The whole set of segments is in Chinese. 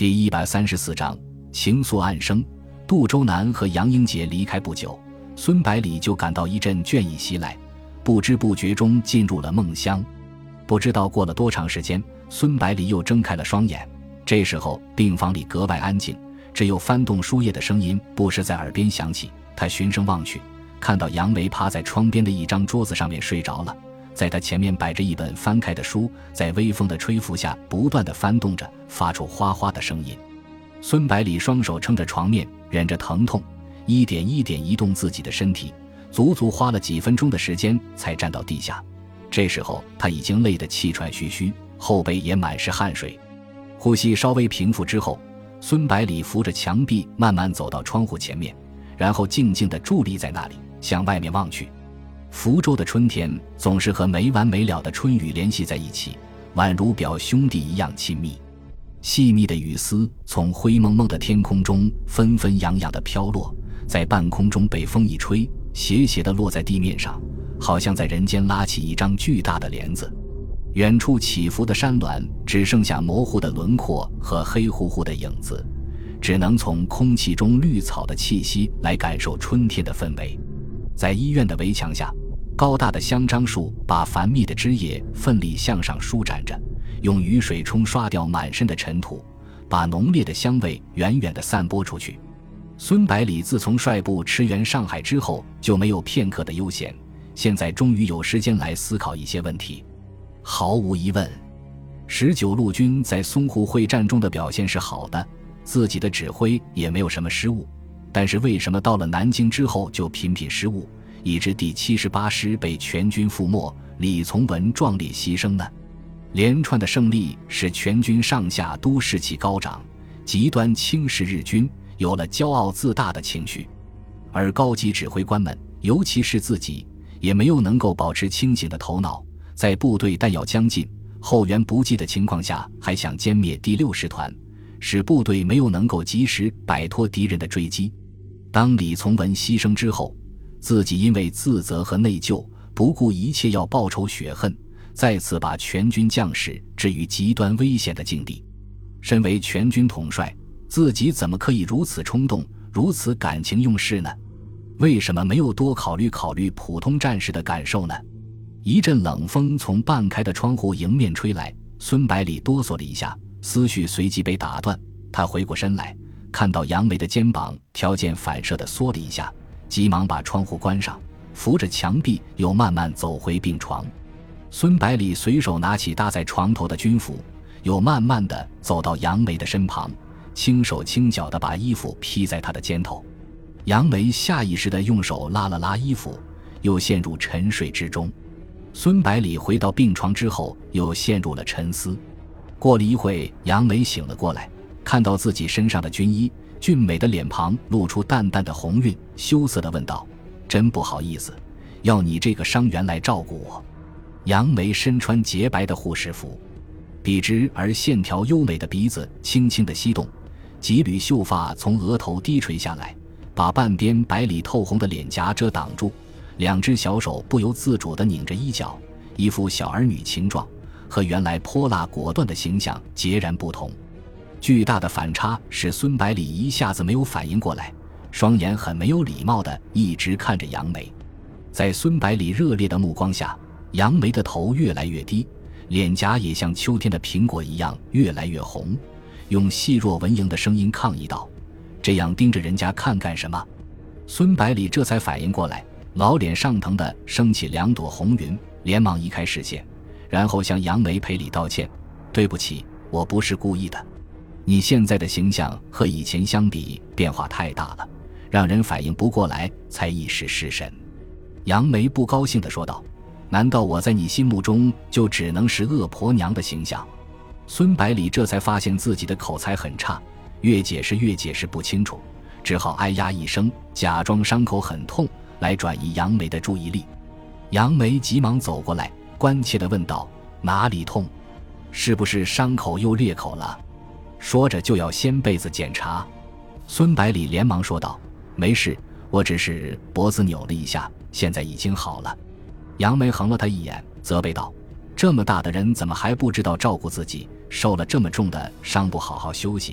第134章情愫暗生。杜周南和杨英杰离开不久，孙百里就感到一阵倦意袭来，不知不觉中进入了梦乡。不知道过了多长时间，孙百里又睁开了双眼。这时候病房里格外安静，只有翻动书页的声音不时在耳边响起。他循声望去，看到杨梅趴在窗边的一张桌子上面睡着了，在他前面摆着一本翻开的书，在微风的吹拂下不断地翻动着，发出哗哗的声音。孙百里双手撑着床面，忍着疼痛，一点一点移动自己的身体，足足花了几分钟的时间才站到地下。这时候他已经累得气喘吁吁，后背也满是汗水。呼吸稍微平复之后，孙百里扶着墙壁慢慢走到窗户前面，然后静静地伫立在那里，向外面望去。福州的春天总是和没完没了的春雨联系在一起，宛如表兄弟一样亲密。细密的雨丝从灰蒙蒙的天空中纷纷扬扬地飘落，在半空中被风一吹，斜斜地落在地面上，好像在人间拉起一张巨大的帘子。远处起伏的山峦只剩下模糊的轮廓和黑乎乎的影子，只能从空气中绿草的气息来感受春天的氛围。在医院的围墙下，高大的香樟树把繁密的枝叶奋力向上舒展着，用雨水冲刷掉满身的尘土，把浓烈的香味远远地散播出去。孙百里自从率部驰援上海之后，就没有片刻的悠闲，现在终于有时间来思考一些问题。毫无疑问，19路军在淞沪会战中的表现是好的，自己的指挥也没有什么失误，但是为什么到了南京之后就频频失误，以致第78师被全军覆没，李从文壮烈牺牲呢？连串的胜利使全军上下都士气高涨，极端轻视日军，有了骄傲自大的情绪。而高级指挥官们，尤其是自己，也没有能够保持清醒的头脑，在部队弹药将尽、后援不济的情况下，还想歼灭第6师团，使部队没有能够及时摆脱敌人的追击。当李从文牺牲之后，自己因为自责和内疚，不顾一切要报仇雪恨，再次把全军将士置于极端危险的境地。身为全军统帅，自己怎么可以如此冲动，如此感情用事呢？为什么没有多考虑考虑普通战士的感受呢？一阵冷风从半开的窗户迎面吹来，孙百里哆嗦了一下，思绪随即被打断。他回过身来，看到杨梅的肩膀条件反射地缩了一下，急忙把窗户关上，扶着墙壁又慢慢走回病床。孙百里随手拿起搭在床头的军服，又慢慢地走到杨梅的身旁，轻手轻脚地把衣服披在她的肩头。杨梅下意识地用手拉了拉衣服，又陷入沉睡之中。孙百里回到病床之后，又陷入了沉思。过了一会，杨梅醒了过来，看到自己身上的军衣，俊美的脸庞露出淡淡的红晕，羞涩地问道：“真不好意思，要你这个伤员来照顾我。”杨梅身穿洁白的护士服，笔直而线条优美的鼻子轻轻地翕动，几缕秀发从额头低垂下来，把半边白里透红的脸颊遮挡住，两只小手不由自主地拧着衣角，一副小儿女情状，和原来泼辣果断的形象截然不同。巨大的反差使孙百里一下子没有反应过来，双眼很没有礼貌地一直看着杨梅。在孙百里热烈的目光下，杨梅的头越来越低，脸颊也像秋天的苹果一样越来越红，用细弱蚊蝇的声音抗议道：“这样盯着人家看干什么？”孙百里这才反应过来，老脸上腾的升起2朵红云，连忙移开视线，然后向杨梅赔礼道歉：“对不起，我不是故意的。你现在的形象和以前相比变化太大了，让人反应不过来，才一时失神。”杨梅不高兴地说道：“难道我在你心目中就只能是恶婆娘的形象？”孙百里这才发现自己的口才很差，越解释不清楚，只好哎呀一声，假装伤口很痛来转移杨梅的注意力。杨梅急忙走过来，关切地问道：“哪里痛？是不是伤口又裂口了？”说着就要掀被子检查。孙百里连忙说道：“没事，我只是脖子扭了一下，现在已经好了。”杨梅横了他一眼，责备道：“这么大的人怎么还不知道照顾自己，受了这么重的伤不好好休息，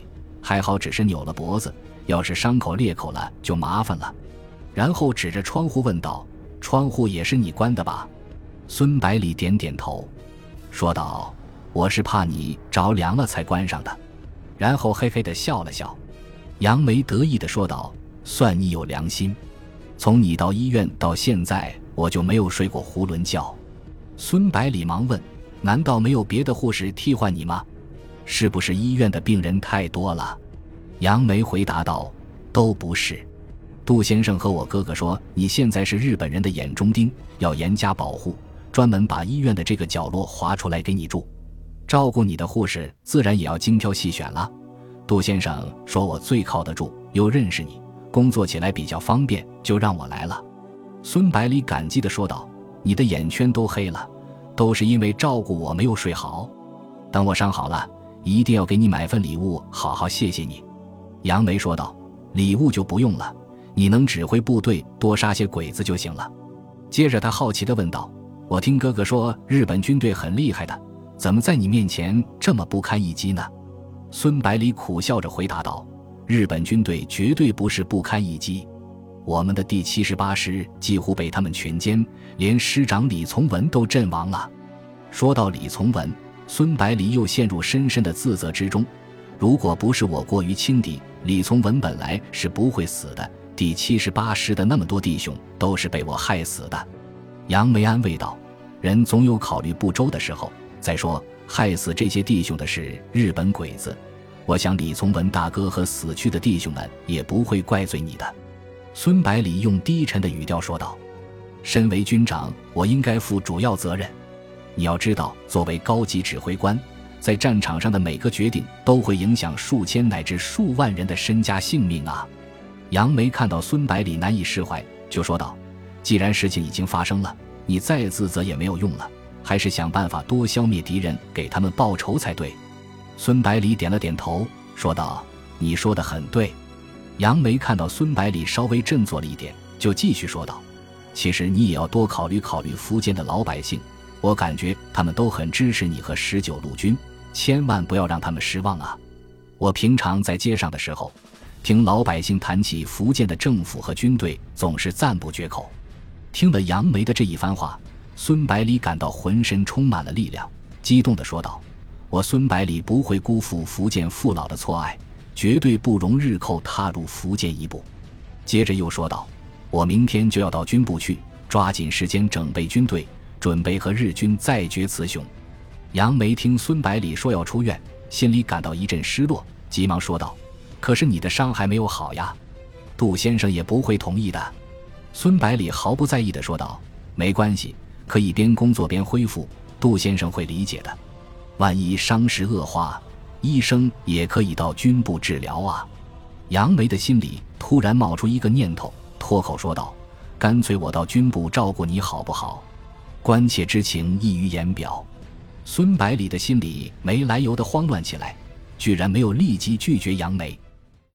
还好只是扭了脖子，要是伤口裂口了就麻烦了。然后指着窗户问道：窗户也是你关的吧？孙百里点点头，说道：我是怕你着凉了才关上的。然后嘿嘿地笑了笑。杨梅得意地说道：算你有良心，从你到医院到现在，我就没有睡过囫囵觉。孙百里忙问：难道没有别的护士替换你吗？是不是医院的病人太多了？杨梅回答道：都不是。杜先生和我哥哥说，你现在是日本人的眼中钉，要严加保护，专门把医院的这个角落划出来给你住。照顾你的护士自然也要精挑细选了。杜先生说我最靠得住，又认识你，工作起来比较方便，就让我来了。孙百里感激地说道：你的眼圈都黑了，都是因为照顾我没有睡好。等我伤好了，一定要给你买份礼物，好好谢谢你。杨梅说道：礼物就不用了，你能指挥部队多杀些鬼子就行了。接着他好奇地问道：我听哥哥说日本军队很厉害的，怎么在你面前这么不堪一击呢？孙百里苦笑着回答道：日本军队绝对不是不堪一击，我们的第78师几乎被他们全歼，连师长李从文都阵亡了。说到李从文，孙百里又陷入深深的自责之中。如果不是我过于轻敌，李从文本来是不会死的，第78师的那么多弟兄都是被我害死的。杨梅安慰道：人总有考虑不周的时候，再说害死这些弟兄的是日本鬼子，我想李从文大哥和死去的弟兄们也不会怪罪你的。孙百里用低沉的语调说道：身为军长，我应该负主要责任。你要知道，作为高级指挥官，在战场上的每个决定都会影响数千乃至数万人的身家性命啊。杨梅看到孙百里难以释怀，就说道：既然事情已经发生了，你再自责也没有用了，还是想办法多消灭敌人，给他们报仇才对。孙百里点了点头，说道：你说得很对。杨梅看到孙百里稍微振作了一点，就继续说道：其实你也要多考虑考虑福建的老百姓，我感觉他们都很支持你和19路军，千万不要让他们失望啊。我平常在街上的时候，听老百姓谈起福建的政府和军队，总是赞不绝口。听了杨梅的这一番话，孙百里感到浑身充满了力量，激动地说道：我孙百里不会辜负福建父老的错爱，绝对不容日寇踏入福建一步。接着又说道：我明天就要到军部去，抓紧时间整备军队，准备和日军再决雌雄。杨梅听孙百里说要出院，心里感到一阵失落，急忙说道：可是你的伤还没有好呀，杜先生也不会同意的。孙百里毫不在意地说道：没关系，可以边工作边恢复，杜先生会理解的。万一伤势恶化，医生也可以到军部治疗啊。杨梅的心里突然冒出一个念头，脱口说道：干脆我到军部照顾你好不好？关切之情溢于言表。孙百里的心里没来由地慌乱起来，居然没有立即拒绝杨梅。